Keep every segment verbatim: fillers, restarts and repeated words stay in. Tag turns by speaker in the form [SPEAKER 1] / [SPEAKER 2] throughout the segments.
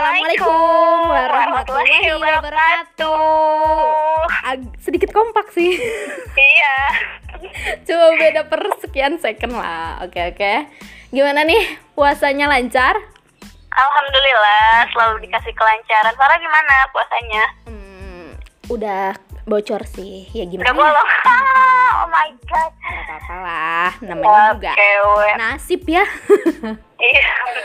[SPEAKER 1] Assalamualaikum warahmatullahi wabarakatuh. Ag- sedikit kompak sih.
[SPEAKER 2] Iya.
[SPEAKER 1] Coba beda per sekian second lah. Oke oke. Gimana nih puasanya lancar?
[SPEAKER 2] Alhamdulillah selalu dikasih kelancaran. Farah gimana puasanya?
[SPEAKER 1] Hmm, udah bocor sih. Ya gimana?
[SPEAKER 2] Udah bolong. Oh my god.
[SPEAKER 1] Gak apa-apa lah. Namanya juga
[SPEAKER 2] Oke,
[SPEAKER 1] nasib ya.
[SPEAKER 2] Iya.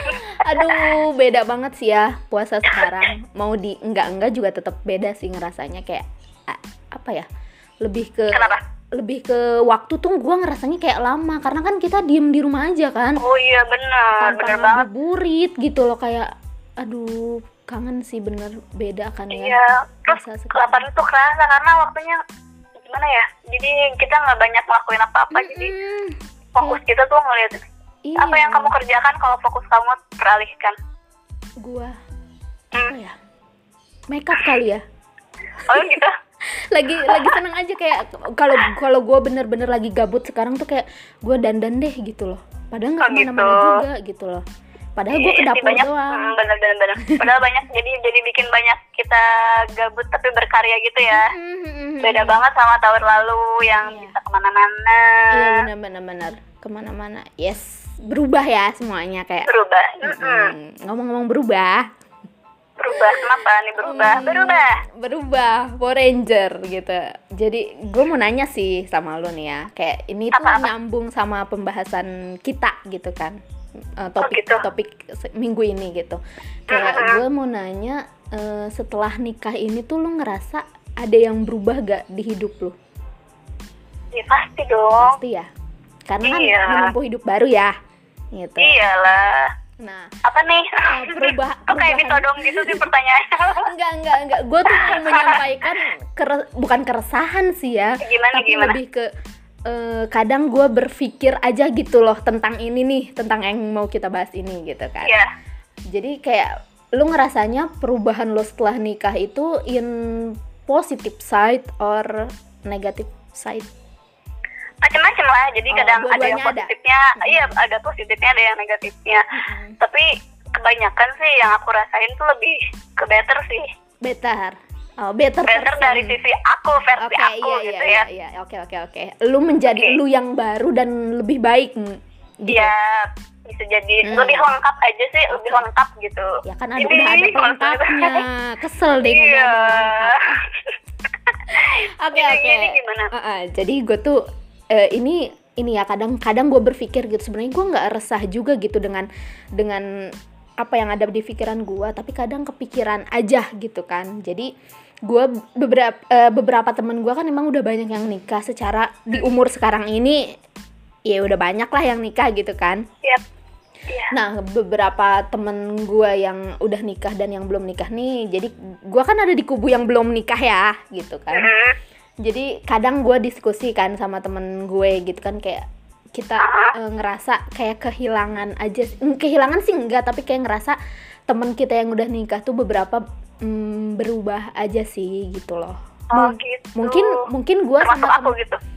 [SPEAKER 1] Aduh, beda banget sih ya puasa sekarang. Mau di enggak-enggak juga tetap beda sih ngerasanya kayak a- apa ya? Lebih ke
[SPEAKER 2] Kenapa?
[SPEAKER 1] lebih ke waktu tuh gua ngerasanya kayak lama karena kan kita diem di rumah aja kan.
[SPEAKER 2] Oh iya benar,
[SPEAKER 1] Tanpa
[SPEAKER 2] benar banget.
[SPEAKER 1] ngabuburit gitu loh kayak aduh, kangen sih bener beda kan ya.
[SPEAKER 2] Iya. Terus
[SPEAKER 1] Puasa sekarang.
[SPEAKER 2] kelaparan tuh kerasa karena waktunya gimana ya? Jadi kita nggak banyak ngelakuin apa-apa. Jadi
[SPEAKER 1] Mm-mm.
[SPEAKER 2] fokus kita tuh ngeliat
[SPEAKER 1] Iya.
[SPEAKER 2] apa yang kamu kerjakan, kalau fokus kamu teralihkan.
[SPEAKER 1] Gua
[SPEAKER 2] Hmm.
[SPEAKER 1] apa ya? Makeup kali ya.
[SPEAKER 2] Oh gitu.
[SPEAKER 1] lagi lagi seneng aja kayak kalau kalau gue bener-bener lagi gabut sekarang tuh kayak gue dandan deh gitu loh, padahal nggak
[SPEAKER 2] Oh,
[SPEAKER 1] kemana-mana
[SPEAKER 2] gitu.
[SPEAKER 1] juga gitu loh, padahal gue ke
[SPEAKER 2] Iya sih,
[SPEAKER 1] dapur
[SPEAKER 2] banyak,
[SPEAKER 1] doang.
[SPEAKER 2] hmm, bener bener bener. Padahal banyak, jadi jadi bikin banyak kita gabut tapi berkarya gitu ya.
[SPEAKER 1] Mhm.
[SPEAKER 2] Beda banget sama tahun lalu yang
[SPEAKER 1] Iya.
[SPEAKER 2] bisa kemana-mana.
[SPEAKER 1] Iya benar-benar kemana-mana. Yes, berubah ya semuanya kayak
[SPEAKER 2] Berubah. Mm-mm.
[SPEAKER 1] mm, ngomong-ngomong berubah
[SPEAKER 2] Berubah, kenapa nih berubah?
[SPEAKER 1] Hmm,
[SPEAKER 2] Berubah.
[SPEAKER 1] berubah Power Ranger gitu. Jadi gue mau nanya sih sama lo nih ya, kayak ini tuh
[SPEAKER 2] Apa-apa?
[SPEAKER 1] nyambung sama pembahasan kita gitu kan. Eh,
[SPEAKER 2] Oh,
[SPEAKER 1] topik
[SPEAKER 2] gitu.
[SPEAKER 1] topik se- minggu ini gitu. Kayak gue mau nanya, eh, setelah nikah ini tuh lo ngerasa ada yang berubah gak di hidup lo?
[SPEAKER 2] Ya pasti dong.
[SPEAKER 1] Pasti ya, karena kan
[SPEAKER 2] Iya.
[SPEAKER 1] menempuh hidup baru ya gitu.
[SPEAKER 2] Iyalah.
[SPEAKER 1] Nah,
[SPEAKER 2] Apa nih?
[SPEAKER 1] eh, berubah
[SPEAKER 2] Kok kayak
[SPEAKER 1] perubahan-
[SPEAKER 2] ditodong gitu sih pertanyaannya?
[SPEAKER 1] enggak enggak enggak gue tuh mau menyampaikan kere- bukan keresahan sih ya,
[SPEAKER 2] Gimana,
[SPEAKER 1] tapi
[SPEAKER 2] gimana?
[SPEAKER 1] lebih ke eh, kadang gue berpikir aja gitu loh tentang ini nih, tentang yang mau kita bahas ini gitu kan.
[SPEAKER 2] Iya.
[SPEAKER 1] Jadi kayak lu ngerasanya perubahan lo setelah nikah itu in positive side or negative side?
[SPEAKER 2] Macam-macam lah. Jadi
[SPEAKER 1] Oh,
[SPEAKER 2] kadang ada yang
[SPEAKER 1] dua-duanya ada.
[SPEAKER 2] positifnya, iya ada positifnya, ada yang negatifnya.
[SPEAKER 1] Mm-mm.
[SPEAKER 2] Tapi kebanyakan sih yang aku rasain tuh lebih ke better sih.
[SPEAKER 1] Better. Oh, better,
[SPEAKER 2] Better
[SPEAKER 1] person.
[SPEAKER 2] dari sisi aku, versi
[SPEAKER 1] Oke,
[SPEAKER 2] aku
[SPEAKER 1] iya,
[SPEAKER 2] gitu
[SPEAKER 1] iya,
[SPEAKER 2] ya.
[SPEAKER 1] iya, iya. Oke, oke, oke. Lu menjadi
[SPEAKER 2] Oke.
[SPEAKER 1] lu yang baru dan lebih baik. mm, Gitu.
[SPEAKER 2] Iya, bisa jadi
[SPEAKER 1] Hmm.
[SPEAKER 2] lebih lengkap aja sih, lebih lengkap gitu.
[SPEAKER 1] Ya kan ada,
[SPEAKER 2] Jadi,
[SPEAKER 1] udah ada
[SPEAKER 2] maksudnya-
[SPEAKER 1] pelengkapnya. Kesel deh ngomong
[SPEAKER 2] Iya.
[SPEAKER 1] ada pelengkap. Oke,
[SPEAKER 2] Jadi-
[SPEAKER 1] oke.
[SPEAKER 2] jadi gimana?
[SPEAKER 1] Uh, uh, jadi gue tuh eh, ini ini ya kadang-kadang gue berpikir gitu, sebenarnya gue nggak resah juga gitu dengan dengan apa yang ada di pikiran gue, tapi kadang kepikiran aja gitu kan. Jadi gue beberapa eh, beberapa temen gue kan emang udah banyak yang nikah secara di umur sekarang ini, ya udah banyak lah yang nikah gitu kan.
[SPEAKER 2] Yap. Iya.
[SPEAKER 1] Nah, beberapa temen gue yang udah nikah dan yang belum nikah nih, jadi gue kan ada di kubu yang belum nikah ya, gitu kan.
[SPEAKER 2] Mhm.
[SPEAKER 1] Jadi kadang gue diskusi kan sama temen gue gitu kan, kayak kita eh, ngerasa kayak kehilangan aja, mm, kehilangan sih enggak, tapi kayak ngerasa temen kita yang udah nikah tuh beberapa mm, berubah aja sih gitu loh.
[SPEAKER 2] Oh
[SPEAKER 1] Mung-
[SPEAKER 2] gitu.
[SPEAKER 1] Mungkin mungkin gue
[SPEAKER 2] Termasuk
[SPEAKER 1] sama
[SPEAKER 2] aku
[SPEAKER 1] temen,
[SPEAKER 2] gitu.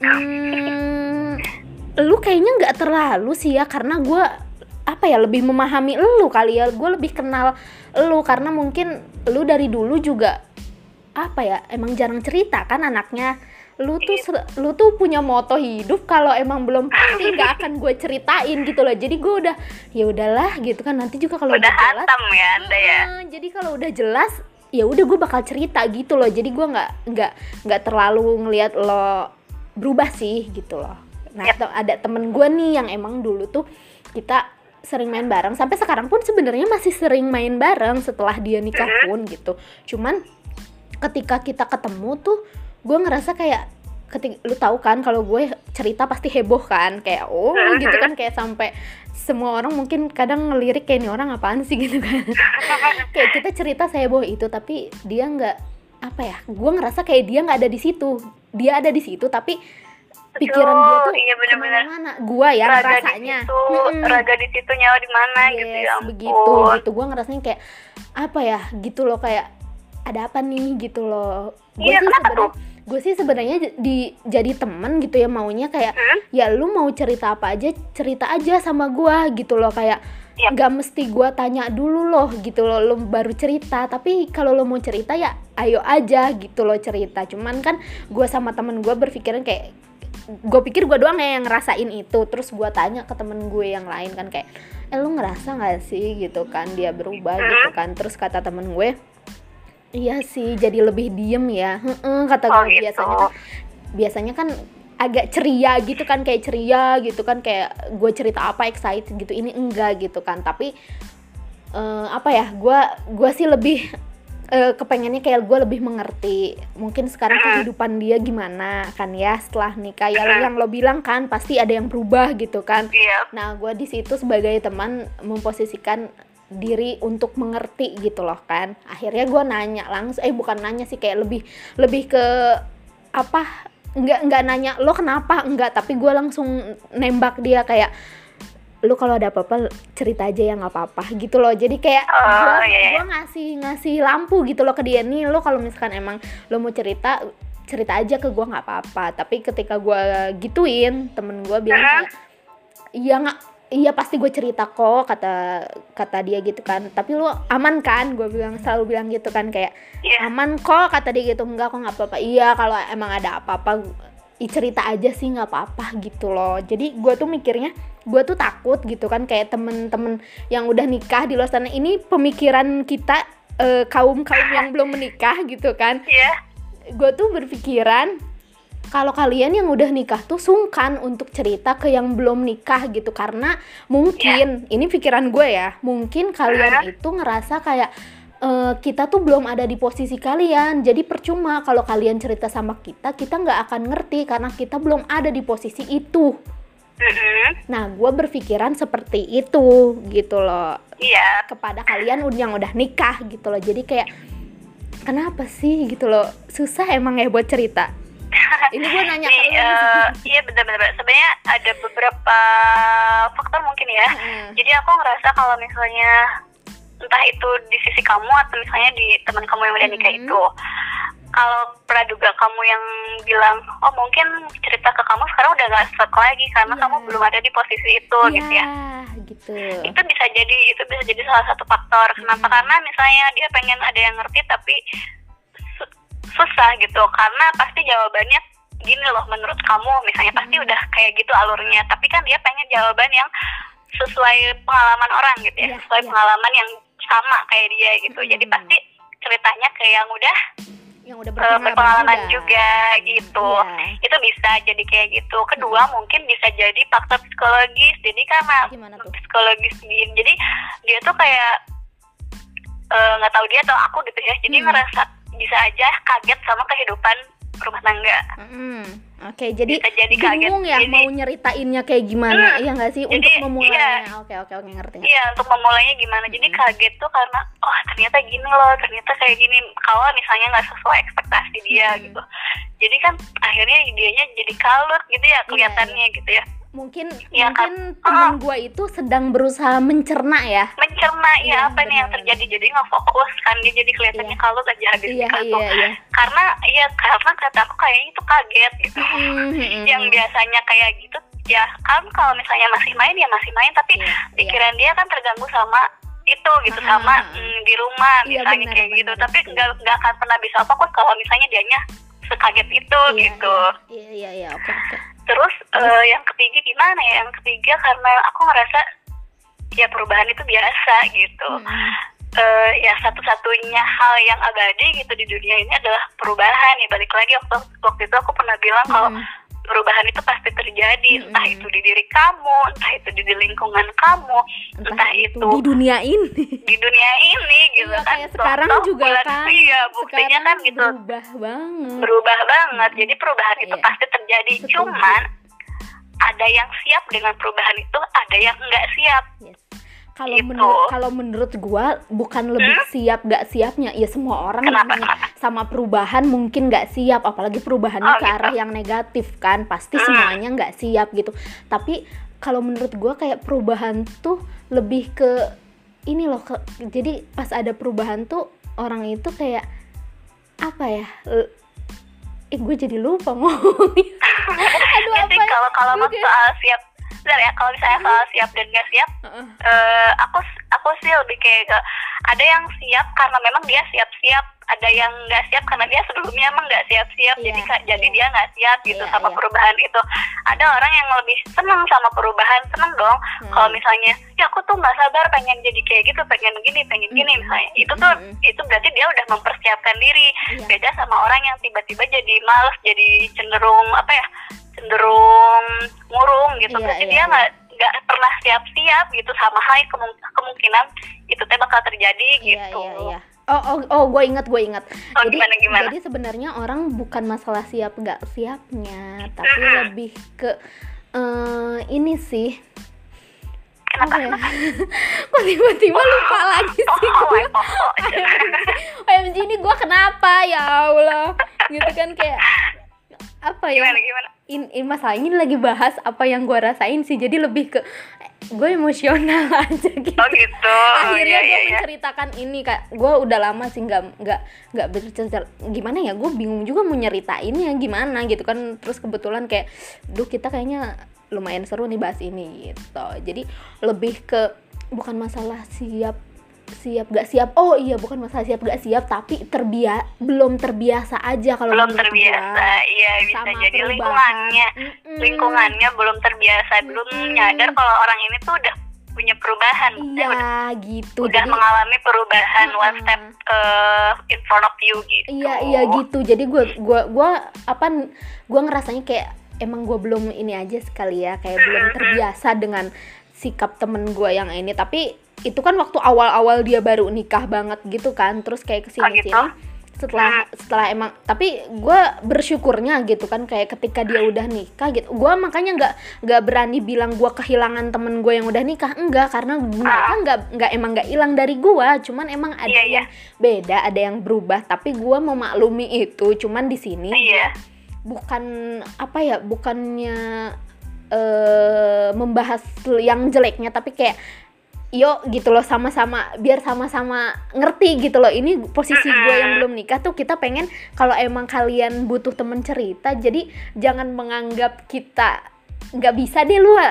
[SPEAKER 1] Hmm, lu kayaknya nggak terlalu sih ya, karena gue apa ya lebih memahami lu kali ya, gue lebih kenal lu karena mungkin lu dari dulu juga apa ya emang jarang cerita kan anaknya. Lu tuh ser- lu tuh punya moto hidup, kalau emang belum pasti nggak akan gue ceritain gitu loh. Jadi gue udah ya udahlah gitu kan, nanti juga kalau
[SPEAKER 2] Udah
[SPEAKER 1] udah jelas
[SPEAKER 2] hatam ya Anda ya.
[SPEAKER 1] Ah, jadi kalau udah jelas ya udah gue bakal cerita gitu loh. Jadi gue nggak nggak nggak terlalu ngelihat lo berubah sih gitu loh. Nah,
[SPEAKER 2] Yap.
[SPEAKER 1] te- ada temen gue nih yang emang dulu tuh kita sering main bareng, sampai sekarang pun sebenarnya masih sering main bareng setelah dia nikah pun gitu. Cuman ketika kita ketemu tuh gue ngerasa kayak ketika lu tahu kan kalau gue cerita pasti heboh kan, kayak oh gitu kan, kayak sampai semua orang mungkin kadang ngelirik kayak ini orang apaan sih gitu kan. Kayak kita cerita seheboh itu, tapi dia nggak apa ya, gue ngerasa kayak dia nggak ada di situ, dia ada di situ tapi pikiran dia tuh
[SPEAKER 2] iya benar-benar.
[SPEAKER 1] kemana-mana. Gue ya
[SPEAKER 2] Raga
[SPEAKER 1] ngerasanya
[SPEAKER 2] di situ,
[SPEAKER 1] Mm-mm.
[SPEAKER 2] raga di situ, nyawa di mana gitu
[SPEAKER 1] Yes,
[SPEAKER 2] ya.
[SPEAKER 1] begitu
[SPEAKER 2] ampun.
[SPEAKER 1] gitu. Gue ngerasanya kayak apa ya gitu loh, kayak ada apa nih gitu loh. Gue
[SPEAKER 2] Iya,
[SPEAKER 1] sih
[SPEAKER 2] kenapa
[SPEAKER 1] sebenarnya
[SPEAKER 2] tuh?
[SPEAKER 1] gue sih sebenarnya di jadi temen gitu ya, maunya kayak
[SPEAKER 2] Hmm?
[SPEAKER 1] ya lu mau cerita apa aja cerita aja sama gue gitu loh, kayak
[SPEAKER 2] Yap.
[SPEAKER 1] nggak mesti gue tanya dulu loh gitu loh, lu baru cerita. Tapi kalau lu mau cerita ya ayo aja gitu loh cerita. Cuman kan gue sama temen gue berpikiran kayak, gue pikir gue doang ya yang ngerasain itu. Terus gue tanya ke temen gue yang lain kan kayak, eh lu ngerasa nggak sih gitu kan dia berubah gitu kan. Terus kata temen gue, iya sih jadi lebih diem ya. Heeh, kata
[SPEAKER 2] Oh,
[SPEAKER 1] gue
[SPEAKER 2] gitu.
[SPEAKER 1] biasanya kan biasanya kan agak ceria gitu kan, kayak ceria gitu kan, kayak gue cerita apa excited gitu, ini enggak gitu kan. Tapi eh, apa ya, gue gue sih lebih eh, kepengennya kayak gue lebih mengerti mungkin sekarang kehidupan dia gimana kan ya setelah nikah ya. Yang lo bilang kan pasti ada yang berubah gitu kan.
[SPEAKER 2] Iya.
[SPEAKER 1] Nah gue di situ sebagai teman memposisikan diri untuk mengerti gitu loh kan. Akhirnya gue nanya langsung, eh bukan nanya sih, kayak lebih lebih ke apa, nggak nggak nanya lo kenapa, enggak, tapi gue langsung nembak dia kayak, lu kalau ada apa-apa cerita aja ya nggak apa-apa gitu loh. Jadi kayak
[SPEAKER 2] Oh,
[SPEAKER 1] gue
[SPEAKER 2] iya, iya.
[SPEAKER 1] gue ngasih ngasih lampu gitu loh ke dia, nih lo kalau misalkan emang lo mau cerita cerita aja ke gue nggak apa-apa. Tapi ketika gue gituin, temen gue bilang kayak, iya nggak, iya pasti gue cerita kok, kata kata dia gitu kan. Tapi lu aman kan, gue bilang, selalu bilang gitu kan, kayak
[SPEAKER 2] Iya.
[SPEAKER 1] aman kok, kata dia gitu. Enggak kok, nggak apa-apa. Iya kalau emang ada apa-apa i cerita aja sih nggak apa-apa gitu loh. Jadi gue tuh mikirnya, gue tuh takut gitu kan, kayak temen-temen yang udah nikah di luar sana ini pemikiran kita eh, kaum kaum yang belum menikah gitu kan.
[SPEAKER 2] Iya.
[SPEAKER 1] Gue tuh berpikiran kalau kalian yang udah nikah tuh sungkan untuk cerita ke yang belum nikah gitu, karena mungkin ini pikiran gue ya, mungkin kalian itu ngerasa kayak eh, kita tuh belum ada di posisi kalian, jadi percuma kalau kalian cerita sama kita, kita nggak akan ngerti karena kita belum ada di posisi itu.
[SPEAKER 2] Mm-mm.
[SPEAKER 1] Nah gue berpikiran seperti itu gitu loh
[SPEAKER 2] Iya.
[SPEAKER 1] kepada kalian yang udah nikah gitu loh. Jadi kayak kenapa sih gitu loh, susah emang ya buat cerita. Ini gue nanya
[SPEAKER 2] Nih,
[SPEAKER 1] ke lu
[SPEAKER 2] eh, iya benar-benar. Sebenarnya ada beberapa faktor mungkin ya.
[SPEAKER 1] Hmm.
[SPEAKER 2] Jadi aku ngerasa kalau misalnya entah itu di sisi kamu atau misalnya di teman kamu yang udah nikah
[SPEAKER 1] Hmm.
[SPEAKER 2] itu, kalau praduga kamu yang bilang, oh mungkin cerita ke kamu sekarang udah gak stuck lagi karena
[SPEAKER 1] Iya.
[SPEAKER 2] kamu belum ada di posisi itu gitu ya.
[SPEAKER 1] gitu.
[SPEAKER 2] Itu bisa jadi itu bisa jadi salah satu faktor. Kenapa?
[SPEAKER 1] Hmm.
[SPEAKER 2] Karena misalnya dia pengen ada yang ngerti tapi su- susah gitu, karena pasti jawabannya gini loh menurut kamu misalnya, pasti udah kayak gitu alurnya, tapi kan dia pengen jawaban yang sesuai pengalaman orang gitu ya,
[SPEAKER 1] Iya,
[SPEAKER 2] sesuai
[SPEAKER 1] iya.
[SPEAKER 2] pengalaman yang sama kayak dia gitu. Jadi
[SPEAKER 1] Hmm.
[SPEAKER 2] pasti ceritanya ke yang udah
[SPEAKER 1] Yang udah
[SPEAKER 2] eh,
[SPEAKER 1] berpengalaman,
[SPEAKER 2] berpengalaman juga, gitu.
[SPEAKER 1] Iya.
[SPEAKER 2] Itu bisa jadi kayak gitu. Kedua mungkin bisa jadi faktor psikologis. Jadi karena
[SPEAKER 1] Gimana tuh?
[SPEAKER 2] psikologis dia, jadi dia tuh kayak eh, nggak tahu dia atau aku gitu ya. Jadi
[SPEAKER 1] Hmm.
[SPEAKER 2] ngerasa bisa aja kaget sama kehidupan rumah tangga.
[SPEAKER 1] Mm-mm. Oke, jadi
[SPEAKER 2] Bisa jadi kaget.
[SPEAKER 1] bingung ya
[SPEAKER 2] Jadi-
[SPEAKER 1] mau nyeritainnya kayak gimana,
[SPEAKER 2] Hmm.
[SPEAKER 1] iya nggak sih,
[SPEAKER 2] Jadi,
[SPEAKER 1] untuk memulainya.
[SPEAKER 2] iya.
[SPEAKER 1] Oke oke oke ngerti.
[SPEAKER 2] Iya, untuk memulainya gimana. Jadi
[SPEAKER 1] Hmm.
[SPEAKER 2] kaget tuh karena oh ternyata gini loh, ternyata kayak gini. Kalau misalnya nggak sesuai ekspektasi dia
[SPEAKER 1] Hmm.
[SPEAKER 2] gitu. Jadi kan akhirnya dianya jadi kalut gitu ya kelihatannya gitu ya.
[SPEAKER 1] Mungkin
[SPEAKER 2] Iya,
[SPEAKER 1] mungkin
[SPEAKER 2] kan?
[SPEAKER 1] temen
[SPEAKER 2] Ah.
[SPEAKER 1] gue itu sedang berusaha mencerna ya.
[SPEAKER 2] Mencerna
[SPEAKER 1] Iya,
[SPEAKER 2] ya apa nih yang
[SPEAKER 1] benar-benar.
[SPEAKER 2] terjadi, jadi nggak fokus kan dia, jadi kelihatannya
[SPEAKER 1] Iya.
[SPEAKER 2] kalut aja habis
[SPEAKER 1] Iya
[SPEAKER 2] nikah tuh.
[SPEAKER 1] iya iya.
[SPEAKER 2] Karena iya karena kata aku kayaknya itu kaget gitu.
[SPEAKER 1] Mm-mm.
[SPEAKER 2] Yang biasanya kayak gitu ya kan, kalau misalnya masih main ya masih main, tapi
[SPEAKER 1] Iya,
[SPEAKER 2] pikiran dia kan terganggu sama itu gitu,
[SPEAKER 1] Ah,
[SPEAKER 2] sama
[SPEAKER 1] ah, ah.
[SPEAKER 2] mm, di rumah
[SPEAKER 1] Iya,
[SPEAKER 2] misalnya
[SPEAKER 1] benar,
[SPEAKER 2] kayak gitu,
[SPEAKER 1] benar.
[SPEAKER 2] tapi nggak nggak akan pernah bisa fokus kalau misalnya dianya sekaget itu
[SPEAKER 1] Iya,
[SPEAKER 2] gitu.
[SPEAKER 1] Iya iya iya oke oke.
[SPEAKER 2] Terus eh, yang ketiga gimana ya? Yang ketiga karena aku ngerasa ya perubahan itu biasa gitu.
[SPEAKER 1] Mm-mm.
[SPEAKER 2] Eh, ya satu-satunya hal yang abadi gitu di dunia ini adalah perubahan. Ya balik lagi waktu waktu itu aku pernah bilang kalau
[SPEAKER 1] Mm-mm.
[SPEAKER 2] perubahan itu pasti terjadi, entah
[SPEAKER 1] Mm-mm.
[SPEAKER 2] itu di diri kamu, entah itu di lingkungan kamu, entah, itu
[SPEAKER 1] di dunia ini.
[SPEAKER 2] di dunia ini gitu
[SPEAKER 1] Iya,
[SPEAKER 2] kan.
[SPEAKER 1] kayak sekarang
[SPEAKER 2] Toh,
[SPEAKER 1] juga
[SPEAKER 2] bulan-
[SPEAKER 1] kan.
[SPEAKER 2] Iya, buktinya
[SPEAKER 1] Sekarang
[SPEAKER 2] kan gitu
[SPEAKER 1] berubah banget.
[SPEAKER 2] berubah banget. Jadi perubahan itu
[SPEAKER 1] Iya.
[SPEAKER 2] pasti terjadi.
[SPEAKER 1] Setuju.
[SPEAKER 2] Cuman ada yang siap dengan perubahan itu, ada yang enggak siap.
[SPEAKER 1] Yes. Kalau
[SPEAKER 2] Gitu.
[SPEAKER 1] menurut kalau menurut gua bukan lebih siap gak siapnya, ya semua orang
[SPEAKER 2] Kenapa?
[SPEAKER 1] namanya sama perubahan mungkin nggak siap, apalagi perubahannya
[SPEAKER 2] Oh,
[SPEAKER 1] ke
[SPEAKER 2] gitu.
[SPEAKER 1] arah yang negatif kan, pasti
[SPEAKER 2] Hmm.
[SPEAKER 1] semuanya nggak siap gitu. Tapi kalau menurut gua kayak perubahan tuh lebih ke ini loh, ke, jadi pas ada perubahan tuh orang itu kayak apa ya? l- eh gue jadi lupa ngomongin. Aduh
[SPEAKER 2] Ya
[SPEAKER 1] apa
[SPEAKER 2] sih,
[SPEAKER 1] ya?
[SPEAKER 2] kalau kalau
[SPEAKER 1] Gue
[SPEAKER 2] mas
[SPEAKER 1] kayak-
[SPEAKER 2] soal siap, bentar ya, kalau misalnya soal siap dan nggak siap,
[SPEAKER 1] Heeh.
[SPEAKER 2] eh aku aku sih lebih kayak ke, ada yang siap karena memang dia siap-siap, ada yang nggak siap karena dia sebelumnya emang nggak siap-siap,
[SPEAKER 1] Iya,
[SPEAKER 2] jadi ka- jadi
[SPEAKER 1] iya.
[SPEAKER 2] dia nggak siap gitu
[SPEAKER 1] Iya,
[SPEAKER 2] sama
[SPEAKER 1] iya.
[SPEAKER 2] perubahan itu. Ada orang yang lebih seneng sama perubahan, seneng dong.
[SPEAKER 1] Hmm.
[SPEAKER 2] Kalau misalnya, ya aku tuh nggak sabar pengen jadi kayak gitu, pengen gini, pengen gini
[SPEAKER 1] Mm-mm.
[SPEAKER 2] misalnya, itu tuh
[SPEAKER 1] Mm-mm.
[SPEAKER 2] itu berarti dia udah mempersiapkan diri.
[SPEAKER 1] Iya.
[SPEAKER 2] Beda sama orang yang tiba-tiba jadi males, jadi cenderung apa ya, cenderung murung gitu.
[SPEAKER 1] Iya,
[SPEAKER 2] Berarti
[SPEAKER 1] iya,
[SPEAKER 2] dia
[SPEAKER 1] iya.
[SPEAKER 2] nggak nggak pernah siap-siap gitu, sama hal kemung- kemungkinan itu teh bakal terjadi
[SPEAKER 1] Iya,
[SPEAKER 2] gitu.
[SPEAKER 1] iya, iya. Oh, oh, oh, gue ingat, gue ingat.
[SPEAKER 2] Oh,
[SPEAKER 1] Jadi,
[SPEAKER 2] gimana, gimana?
[SPEAKER 1] jadi sebenarnya orang bukan masalah siap nggak siapnya, tapi
[SPEAKER 2] Mm-mm.
[SPEAKER 1] lebih ke eh, ini sih.
[SPEAKER 2] Kenapa?
[SPEAKER 1] Apa ya? Kok tiba-tiba lupa lagi
[SPEAKER 2] Oh,
[SPEAKER 1] sih
[SPEAKER 2] oh,
[SPEAKER 1] gue.
[SPEAKER 2] oh, oh, oh.
[SPEAKER 1] O M G ini gue kenapa ya Allah? Gitu kan kayak apa ya?
[SPEAKER 2] Gimana, gimana?
[SPEAKER 1] In, in masalah ini lagi bahas apa yang gue rasain sih, jadi lebih ke gue emosional aja gitu.
[SPEAKER 2] Oh gitu.
[SPEAKER 1] Akhirnya
[SPEAKER 2] Iya,
[SPEAKER 1] gue
[SPEAKER 2] iya, iya.
[SPEAKER 1] menceritakan ini, kak. Gue udah lama sih nggak nggak nggak bercerita, gimana ya, gue bingung juga mau nyeritainnya gimana gitu kan. Terus kebetulan kayak, duh kita kayaknya lumayan seru nih bahas ini gitu. Jadi lebih ke bukan masalah siap siap gak siap, oh iya bukan masalah siap gak siap, tapi terbiasa belum terbiasa aja kalau
[SPEAKER 2] Belum
[SPEAKER 1] menurut
[SPEAKER 2] terbiasa,
[SPEAKER 1] gua.
[SPEAKER 2] iya bisa
[SPEAKER 1] Sama
[SPEAKER 2] jadi
[SPEAKER 1] perubahan.
[SPEAKER 2] lingkungannya,
[SPEAKER 1] Mm-mm.
[SPEAKER 2] lingkungannya belum terbiasa, belum
[SPEAKER 1] Mm-mm.
[SPEAKER 2] nyadar kalau orang ini tuh udah punya perubahan,
[SPEAKER 1] Iya
[SPEAKER 2] udah,
[SPEAKER 1] gitu.
[SPEAKER 2] udah
[SPEAKER 1] Jadi
[SPEAKER 2] mengalami perubahan
[SPEAKER 1] Mm-mm.
[SPEAKER 2] one step uh, in front of you gitu.
[SPEAKER 1] iya iya gitu. Jadi gue gua gua apa gue ngerasanya kayak emang gue belum ini aja sekali ya, kayak belum terbiasa dengan sikap temen gue yang ini. Tapi itu kan waktu awal-awal dia baru nikah banget gitu kan, terus kayak kesini
[SPEAKER 2] Oh, gitu?
[SPEAKER 1] sini setelah setelah emang, tapi gue bersyukurnya gitu kan, kayak ketika dia udah nikah gitu, gue makanya nggak nggak berani bilang gue kehilangan temen gue yang udah nikah, enggak, karena mereka nggak nggak emang nggak hilang dari gue, cuman emang ada
[SPEAKER 2] Iya, iya.
[SPEAKER 1] yang beda, ada yang berubah, tapi gue memaklumi itu. Cuman di sini
[SPEAKER 2] Iya.
[SPEAKER 1] bukan apa ya, bukannya eh membahas yang jeleknya, tapi kayak yuk gitu loh, sama-sama biar sama-sama ngerti gitu loh, ini posisi gue yang belum nikah tuh, kita pengen kalau emang kalian butuh temen cerita, jadi jangan menganggap kita nggak bisa deh lu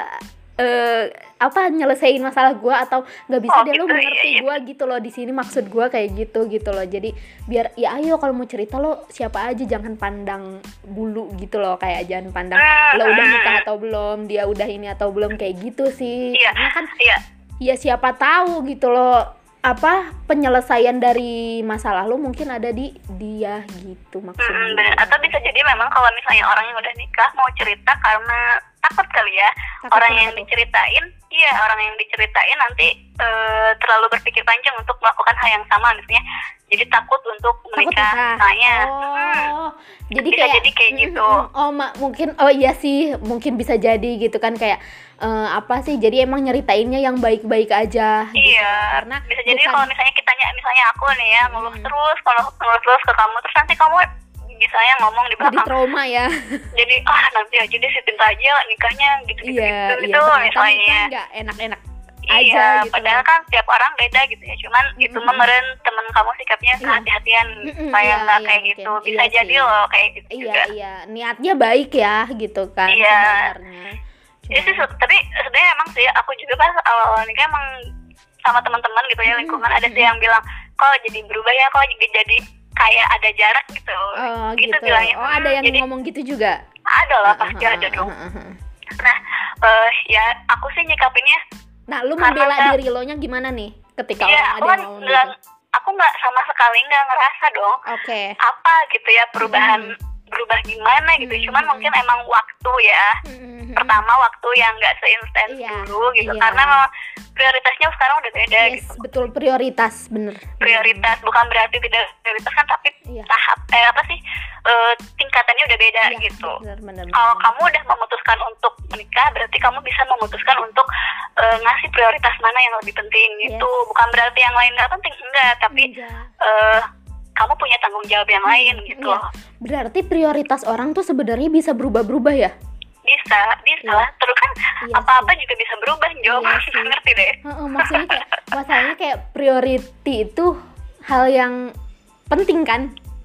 [SPEAKER 1] eh apa nyelesain masalah gue, atau nggak bisa
[SPEAKER 2] Oh,
[SPEAKER 1] deh lu
[SPEAKER 2] gitu,
[SPEAKER 1] mengerti
[SPEAKER 2] iya, iya.
[SPEAKER 1] gue gitu loh. Di sini maksud gue kayak gitu gitu loh. Jadi biar ya ayo kalau mau cerita lo siapa aja, jangan pandang bulu gitu loh, kayak jangan pandang lo udah nikah atau belum, dia udah ini atau belum, kayak gitu sih.
[SPEAKER 2] Iya,
[SPEAKER 1] Karena kan
[SPEAKER 2] iya.
[SPEAKER 1] ya siapa tahu gitu loh, apa penyelesaian dari masalah lo mungkin ada di dia gitu maksud
[SPEAKER 2] Mm,
[SPEAKER 1] gue.
[SPEAKER 2] bener. Atau bisa jadi memang kalau misalnya orang yang udah nikah mau cerita karena takut kali ya,
[SPEAKER 1] Takut
[SPEAKER 2] orang
[SPEAKER 1] kenapa
[SPEAKER 2] yang
[SPEAKER 1] tuh?
[SPEAKER 2] diceritain, iya orang yang diceritain nanti eh, terlalu berpikir panjang untuk melakukan hal yang sama, misalnya jadi takut untuk
[SPEAKER 1] Takut
[SPEAKER 2] menikah
[SPEAKER 1] nikah.
[SPEAKER 2] misalnya.
[SPEAKER 1] Oh, jadi
[SPEAKER 2] Bisa
[SPEAKER 1] kayak
[SPEAKER 2] jadi kayak
[SPEAKER 1] mm,
[SPEAKER 2] gitu.
[SPEAKER 1] mm, mm. Oh, ma- mungkin oh iya sih, mungkin bisa jadi gitu kan, kayak eh, apa sih? Jadi emang nyeritainnya yang baik-baik aja. gitu.
[SPEAKER 2] Iya,
[SPEAKER 1] Karena
[SPEAKER 2] bisa jadi
[SPEAKER 1] bukan-
[SPEAKER 2] kalau misalnya kita ny- misalnya aku nih ya ngeluh
[SPEAKER 1] Hmm.
[SPEAKER 2] terus, kalau ngeluh terus ke kamu, terus nanti kamu misalnya ngomong di
[SPEAKER 1] jadi
[SPEAKER 2] belakang,
[SPEAKER 1] trauma ya.
[SPEAKER 2] jadi ah nanti aja deh si Tinta aja nikahnya gitu-gitu
[SPEAKER 1] Iya,
[SPEAKER 2] gitu,
[SPEAKER 1] iya.
[SPEAKER 2] gitu
[SPEAKER 1] Ternyata
[SPEAKER 2] misalnya.
[SPEAKER 1] nikah nggak enak-enak aja
[SPEAKER 2] Iya,
[SPEAKER 1] gitu.
[SPEAKER 2] padahal
[SPEAKER 1] loh.
[SPEAKER 2] kan tiap orang beda gitu ya. Cuman itu
[SPEAKER 1] Mm-mm.
[SPEAKER 2] memeren temen kamu sikapnya
[SPEAKER 1] Iya.
[SPEAKER 2] kehati-hatian
[SPEAKER 1] Mm-mm,
[SPEAKER 2] supaya
[SPEAKER 1] iya,
[SPEAKER 2] nggak
[SPEAKER 1] iya,
[SPEAKER 2] kayak
[SPEAKER 1] mungkin.
[SPEAKER 2] gitu. Bisa
[SPEAKER 1] Iya
[SPEAKER 2] jadi
[SPEAKER 1] sih.
[SPEAKER 2] loh kayak gitu
[SPEAKER 1] Iya,
[SPEAKER 2] juga.
[SPEAKER 1] iya. Niatnya baik ya gitu kan
[SPEAKER 2] Iya.
[SPEAKER 1] sebenarnya.
[SPEAKER 2] Iya sih,
[SPEAKER 1] Cuma-
[SPEAKER 2] se- tapi sebenarnya emang sih aku juga pas awal-awal nikah emang sama teman-teman gitu ya,
[SPEAKER 1] Mm-mm,
[SPEAKER 2] lingkungan ada sih
[SPEAKER 1] mm-mm.
[SPEAKER 2] yang bilang kok jadi berubah ya, kok jadi jadi kayak ada jarak gitu.
[SPEAKER 1] Oh
[SPEAKER 2] gitu,
[SPEAKER 1] gitu.
[SPEAKER 2] bilangnya.
[SPEAKER 1] Oh ada
[SPEAKER 2] Hmm,
[SPEAKER 1] yang
[SPEAKER 2] jadi
[SPEAKER 1] ngomong gitu juga.
[SPEAKER 2] ada lah pasti ada dong. Nah, eh, ya aku sih nyikapinnya,
[SPEAKER 1] Nah, lu
[SPEAKER 2] Karena
[SPEAKER 1] membela
[SPEAKER 2] kan-
[SPEAKER 1] diri lo nya gimana nih ketika
[SPEAKER 2] ya
[SPEAKER 1] orang ada
[SPEAKER 2] aku kan
[SPEAKER 1] yang ngomong
[SPEAKER 2] nggak,
[SPEAKER 1] gitu?
[SPEAKER 2] aku nggak sama sekali nggak ngerasa dong
[SPEAKER 1] Oke.
[SPEAKER 2] apa gitu ya perubahan,
[SPEAKER 1] Hmm.
[SPEAKER 2] berubah gimana gitu.
[SPEAKER 1] Hmm,
[SPEAKER 2] Cuman
[SPEAKER 1] hmm,
[SPEAKER 2] mungkin emang waktu ya.
[SPEAKER 1] Mm-mm.
[SPEAKER 2] Pertama waktu yang nggak seinstan
[SPEAKER 1] Iya,
[SPEAKER 2] dulu gitu,
[SPEAKER 1] iya.
[SPEAKER 2] karena memang prioritasnya sekarang udah beda
[SPEAKER 1] Yes,
[SPEAKER 2] gitu.
[SPEAKER 1] betul, prioritas, bener.
[SPEAKER 2] Prioritas bukan berarti tidak prioritas kan, tapi
[SPEAKER 1] Iya.
[SPEAKER 2] tahap eh apa sih eh, tingkatannya udah beda
[SPEAKER 1] Iya,
[SPEAKER 2] gitu.
[SPEAKER 1] bener, bener,
[SPEAKER 2] Kalau
[SPEAKER 1] bener.
[SPEAKER 2] kamu udah memutuskan untuk menikah, berarti kamu bisa memutuskan untuk eh, ngasih prioritas mana yang lebih penting gitu.
[SPEAKER 1] Yes.
[SPEAKER 2] Bukan berarti yang lain nggak penting, enggak, tapi
[SPEAKER 1] Enggak.
[SPEAKER 2] eh, kamu punya tanggung jawab yang lain gitu.
[SPEAKER 1] Iya. Berarti prioritas orang tuh sebenarnya bisa berubah-berubah ya?
[SPEAKER 2] Bisa, bisa
[SPEAKER 1] Iya.
[SPEAKER 2] lah. Terus kan
[SPEAKER 1] Iya
[SPEAKER 2] apa-apa
[SPEAKER 1] sih.
[SPEAKER 2] juga bisa berubah, jawab.
[SPEAKER 1] Iya sih.
[SPEAKER 2] Ngerti deh.
[SPEAKER 1] Heeh, maksudnya kayak masalahnya kayak priority itu hal yang penting kan?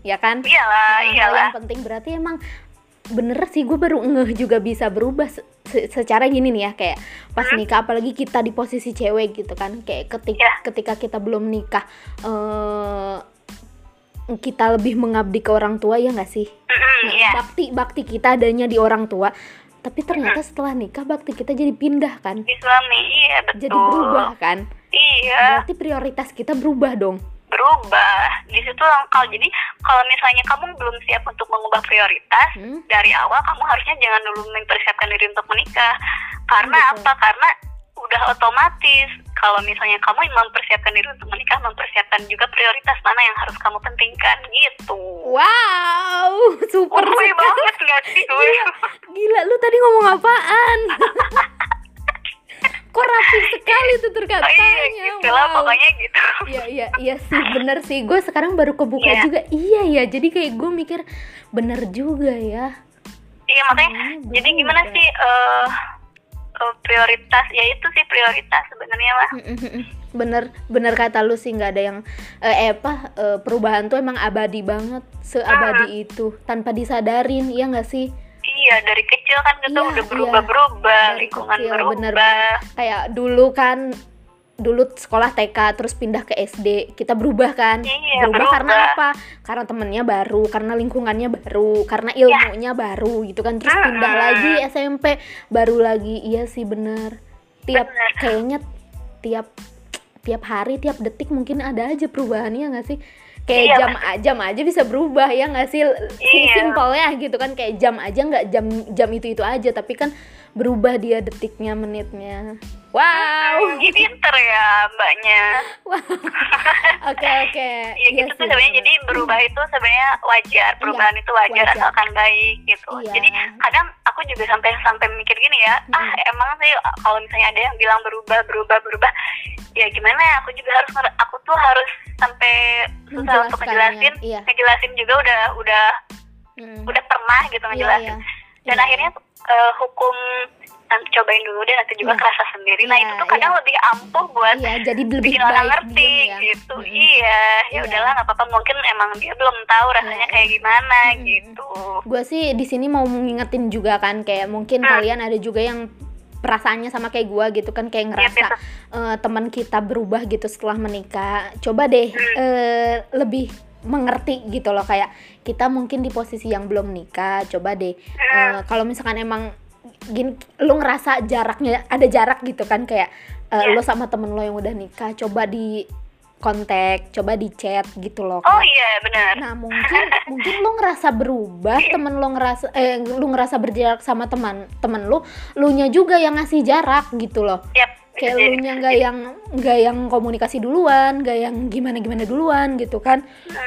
[SPEAKER 1] ya kan?
[SPEAKER 2] Iyalah,
[SPEAKER 1] Hal
[SPEAKER 2] iyalah.
[SPEAKER 1] yang penting berarti emang bener sih, gue baru ngeh juga bisa berubah se- se- secara gini nih ya, kayak pas
[SPEAKER 2] Hmm?
[SPEAKER 1] nikah, apalagi kita di posisi cewek gitu kan, kayak ketika
[SPEAKER 2] Ya.
[SPEAKER 1] ketika kita belum nikah, eh kita lebih mengabdi ke orang tua, ya nggak sih?
[SPEAKER 2] Mm-mm,
[SPEAKER 1] Nah,
[SPEAKER 2] iya.
[SPEAKER 1] bakti bakti kita adanya di orang tua, tapi ternyata setelah nikah bakti kita jadi pindah kan,
[SPEAKER 2] Di suami, iya betul.
[SPEAKER 1] jadi berubah kan,
[SPEAKER 2] Iya,
[SPEAKER 1] berarti prioritas kita berubah dong.
[SPEAKER 2] berubah. Di situ kalau jadi kalau misalnya kamu belum siap untuk mengubah prioritas,
[SPEAKER 1] Hmm?
[SPEAKER 2] dari awal kamu harusnya jangan dulu mempersiapkan diri untuk menikah. Karena
[SPEAKER 1] Betul.
[SPEAKER 2] apa? Karena udah otomatis kalau misalnya kamu mempersiapkan diri untuk menikah, mempersiapkan juga prioritas mana yang harus kamu pentingkan gitu.
[SPEAKER 1] Wow, super
[SPEAKER 2] Gue
[SPEAKER 1] sekali.
[SPEAKER 2] banget gak sih gue?
[SPEAKER 1] Gila, gila, lu tadi ngomong apaan? Kok rapi sekali tuh
[SPEAKER 2] Oh,
[SPEAKER 1] terkatanya.
[SPEAKER 2] iya gitu lah
[SPEAKER 1] Wow.
[SPEAKER 2] pokoknya gitu.
[SPEAKER 1] Iya, iya, iya sih, bener sih. Gue sekarang baru kebuka
[SPEAKER 2] Iya.
[SPEAKER 1] juga. Iya, iya. Jadi kayak gue mikir, bener juga ya.
[SPEAKER 2] Iya makanya
[SPEAKER 1] Semuanya
[SPEAKER 2] jadi gimana
[SPEAKER 1] berubah.
[SPEAKER 2] sih eh eh, prioritas, ya itu sih prioritas sebenarnya mah.
[SPEAKER 1] Bener, bener kata lu sih, nggak ada yang eh, eh, apa eh, perubahan tuh emang abadi banget, seabadi itu tanpa disadarin, ya nggak sih?
[SPEAKER 2] Iya dari kecil kan kita
[SPEAKER 1] Iya,
[SPEAKER 2] udah
[SPEAKER 1] iya.
[SPEAKER 2] berubah-berubah,
[SPEAKER 1] Dari
[SPEAKER 2] lingkungan
[SPEAKER 1] kecil,
[SPEAKER 2] berubah.
[SPEAKER 1] bener banget. Kayak dulu kan, dulu sekolah T K terus pindah ke S D, kita berubah kan?
[SPEAKER 2] Iya,
[SPEAKER 1] berubah,
[SPEAKER 2] berubah.
[SPEAKER 1] karena apa? Karena temennya baru, karena lingkungannya baru, karena ilmunya baru gitu kan. Terus pindah
[SPEAKER 2] Mm-mm.
[SPEAKER 1] lagi S M P, baru lagi. Iya sih, bener. Tiap
[SPEAKER 2] Bener.
[SPEAKER 1] kayaknya tiap tiap hari, tiap detik mungkin ada aja perubahannya nggak sih? Kayak
[SPEAKER 2] Iya,
[SPEAKER 1] jam jam aja bisa berubah, ya nggak sih? Si-
[SPEAKER 2] Iya.
[SPEAKER 1] Simpelnya gitu kan, kayak jam aja nggak jam jam itu itu aja, tapi kan berubah dia detiknya, menitnya. Wow.
[SPEAKER 2] Ih, pinter ya mbaknya.
[SPEAKER 1] Oke, oke.
[SPEAKER 2] Ya
[SPEAKER 1] Iya
[SPEAKER 2] gitu
[SPEAKER 1] sih,
[SPEAKER 2] tuh sebenarnya,
[SPEAKER 1] bener.
[SPEAKER 2] jadi berubah itu sebenarnya wajar, perubahan itu wajar,
[SPEAKER 1] wajar.
[SPEAKER 2] asalkan baik gitu.
[SPEAKER 1] Iya.
[SPEAKER 2] Jadi kadang aku juga sampai sampai mikir gini ya, ah emang sih kalau misalnya ada yang bilang berubah berubah berubah, ya gimana ya, aku juga harus nger- aku tuh harus sampai susah untuk
[SPEAKER 1] Menjelaskannya,
[SPEAKER 2] ngejelasin,
[SPEAKER 1] iya.
[SPEAKER 2] ngejelasin juga udah udah
[SPEAKER 1] Mm.
[SPEAKER 2] udah pernah gitu
[SPEAKER 1] Iya,
[SPEAKER 2] ngejelasin.
[SPEAKER 1] iya.
[SPEAKER 2] Dan
[SPEAKER 1] Iya.
[SPEAKER 2] akhirnya eh, hukum nanti cobain dulu deh, nanti juga
[SPEAKER 1] Iya.
[SPEAKER 2] kerasa sendiri. Nah
[SPEAKER 1] Iya,
[SPEAKER 2] itu tuh kadang
[SPEAKER 1] iya.
[SPEAKER 2] lebih ampuh buat
[SPEAKER 1] Iya, jadi lebih
[SPEAKER 2] bikin orang
[SPEAKER 1] baik
[SPEAKER 2] ngerti
[SPEAKER 1] diem ya.
[SPEAKER 2] gitu.
[SPEAKER 1] Mm-mm.
[SPEAKER 2] Iya, ya
[SPEAKER 1] Iya.
[SPEAKER 2] udahlah nggak apa-apa, mungkin emang dia belum tahu rasanya
[SPEAKER 1] Iya,
[SPEAKER 2] kayak gimana
[SPEAKER 1] Mm-mm.
[SPEAKER 2] gitu.
[SPEAKER 1] Gue sih di sini mau ngingetin juga kan, kayak mungkin
[SPEAKER 2] Hmm.
[SPEAKER 1] kalian ada juga yang perasaannya sama kayak gue gitu kan, kayak ngerasa
[SPEAKER 2] Iya,
[SPEAKER 1] eh, teman kita berubah gitu setelah menikah. Coba deh
[SPEAKER 2] Hmm.
[SPEAKER 1] eh, lebih mengerti gitu loh, kayak kita mungkin di posisi yang belum nikah. Coba deh eh, kalau misalkan emang gini, lu ngerasa jaraknya ada jarak gitu kan, kayak eh,
[SPEAKER 2] Iya.
[SPEAKER 1] lo sama temen lo yang udah nikah, coba di kontak, coba di chat gitu loh.
[SPEAKER 2] Oh
[SPEAKER 1] kayak,
[SPEAKER 2] iya benar.
[SPEAKER 1] nah mungkin mungkin lo ngerasa berubah, temen lo ngerasa eh lu ngerasa berjarak sama teman temen lu, lu nya juga yang ngasih jarak gitu loh.
[SPEAKER 2] Yap, bisa
[SPEAKER 1] Kayak
[SPEAKER 2] jadi.
[SPEAKER 1] lu nya nggak yang nggak yang komunikasi duluan, nggak yang gimana gimana duluan gitu kan.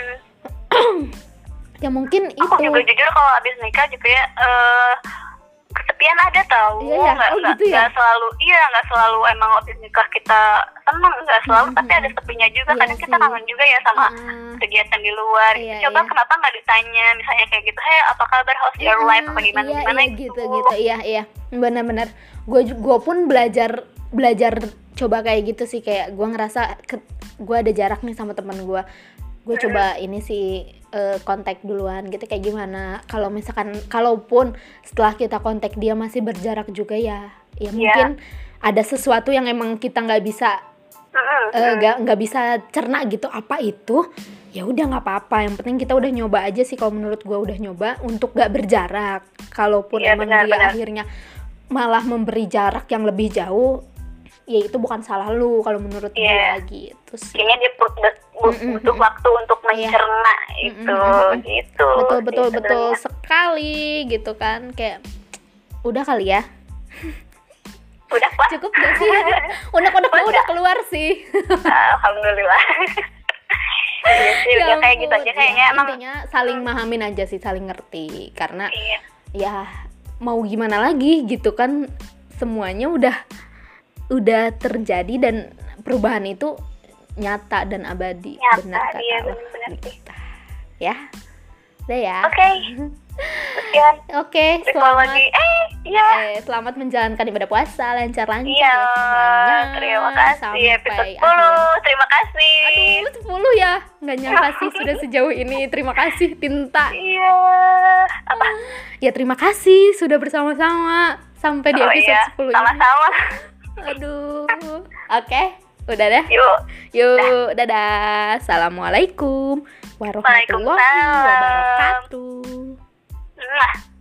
[SPEAKER 2] Hmm.
[SPEAKER 1] Ya mungkin
[SPEAKER 2] Aku
[SPEAKER 1] itu.
[SPEAKER 2] juga jujur kalau abis nikah juga ya eh kesepian ada tau.
[SPEAKER 1] Iya ya?
[SPEAKER 2] Nggak
[SPEAKER 1] Oh,
[SPEAKER 2] nggak-
[SPEAKER 1] gitu ya?
[SPEAKER 2] nggak selalu, iya nggak selalu emang abis nikah kita seneng, nggak selalu, tapi ada sepinya juga.
[SPEAKER 1] Iya
[SPEAKER 2] Kadang kita
[SPEAKER 1] sih.
[SPEAKER 2] kangen juga ya sama
[SPEAKER 1] Heeh.
[SPEAKER 2] kegiatan di luar.
[SPEAKER 1] Iya,
[SPEAKER 2] Coba
[SPEAKER 1] iya.
[SPEAKER 2] kenapa nggak ditanya misalnya kayak gitu, hey apa kabar, how's your life, apa gimana
[SPEAKER 1] iya,
[SPEAKER 2] gimana
[SPEAKER 1] iya, gitu gitu iya iya benar-benar. Gue gue pun belajar belajar coba kayak gitu sih, kayak gue ngerasa gue ada jarak nih sama teman gue gue coba ini sih eh, kontak duluan gitu, kayak gimana kalau misalkan kalaupun setelah kita kontak dia masih berjarak juga, ya ya mungkin ada sesuatu yang emang kita nggak bisa
[SPEAKER 2] Mm-mm.
[SPEAKER 1] eh, nggak nggak bisa cerna gitu apa itu, ya udah nggak apa-apa, yang penting kita udah nyoba aja sih. Kalau menurut gue udah nyoba untuk nggak berjarak. Kalaupun
[SPEAKER 2] Iya,
[SPEAKER 1] emang
[SPEAKER 2] benar,
[SPEAKER 1] dia
[SPEAKER 2] benar.
[SPEAKER 1] akhirnya malah memberi jarak yang lebih jauh, ya itu bukan salah lu kalau menurut
[SPEAKER 2] Iya.
[SPEAKER 1] gue gitu sih.
[SPEAKER 2] Kayaknya dia bu- bu- bu-
[SPEAKER 1] Mm-mm,
[SPEAKER 2] butuh
[SPEAKER 1] mm-mm.
[SPEAKER 2] waktu untuk mencerna itu
[SPEAKER 1] Mm-mm.
[SPEAKER 2] gitu.
[SPEAKER 1] Betul
[SPEAKER 2] sih
[SPEAKER 1] betul betul
[SPEAKER 2] sebenarnya.
[SPEAKER 1] sekali gitu kan, kayak udah kali ya.
[SPEAKER 2] Udah pak.
[SPEAKER 1] Cukup gak sih? Unek-unek gue udah keluar sih.
[SPEAKER 2] Alhamdulillah. Iya sih, udah kayak gitu aja
[SPEAKER 1] ampun.
[SPEAKER 2] kayaknya
[SPEAKER 1] Ya,
[SPEAKER 2] emang.
[SPEAKER 1] intinya saling mahamin aja sih, saling ngerti, karena
[SPEAKER 2] Iya.
[SPEAKER 1] ya mau gimana lagi gitu kan, semuanya udah udah terjadi dan perubahan itu nyata dan abadi.
[SPEAKER 2] Nyata,
[SPEAKER 1] Benar kata
[SPEAKER 2] iya,
[SPEAKER 1] lo.
[SPEAKER 2] benar-benar sih.
[SPEAKER 1] Ya udah ya.
[SPEAKER 2] Oke. Sekian.
[SPEAKER 1] Oke,
[SPEAKER 2] Kalau
[SPEAKER 1] selamat
[SPEAKER 2] lagi eh iya.
[SPEAKER 1] eh, selamat menjalankan ibadah puasa lancar-lancar
[SPEAKER 2] Iya,
[SPEAKER 1] ya semuanya.
[SPEAKER 2] terima kasih
[SPEAKER 1] Sampai
[SPEAKER 2] episode
[SPEAKER 1] akhir.
[SPEAKER 2] sepuluh. Terima kasih.
[SPEAKER 1] Aduh, sepuluh ya. Nggak nyangka sih sudah sejauh ini. Terima kasih Tinta.
[SPEAKER 2] Iya. Apa?
[SPEAKER 1] Ya terima kasih sudah bersama-sama sampai di
[SPEAKER 2] Oh
[SPEAKER 1] episode
[SPEAKER 2] iya,
[SPEAKER 1] sepuluh ini.
[SPEAKER 2] sama-sama.
[SPEAKER 1] Aduh. Oke, udah deh.
[SPEAKER 2] Yuk.
[SPEAKER 1] Yuk, dadah. Assalamualaikum warahmatullahi
[SPEAKER 2] Waalaikumsalam.
[SPEAKER 1] wabarakatuh.
[SPEAKER 2] Mwah.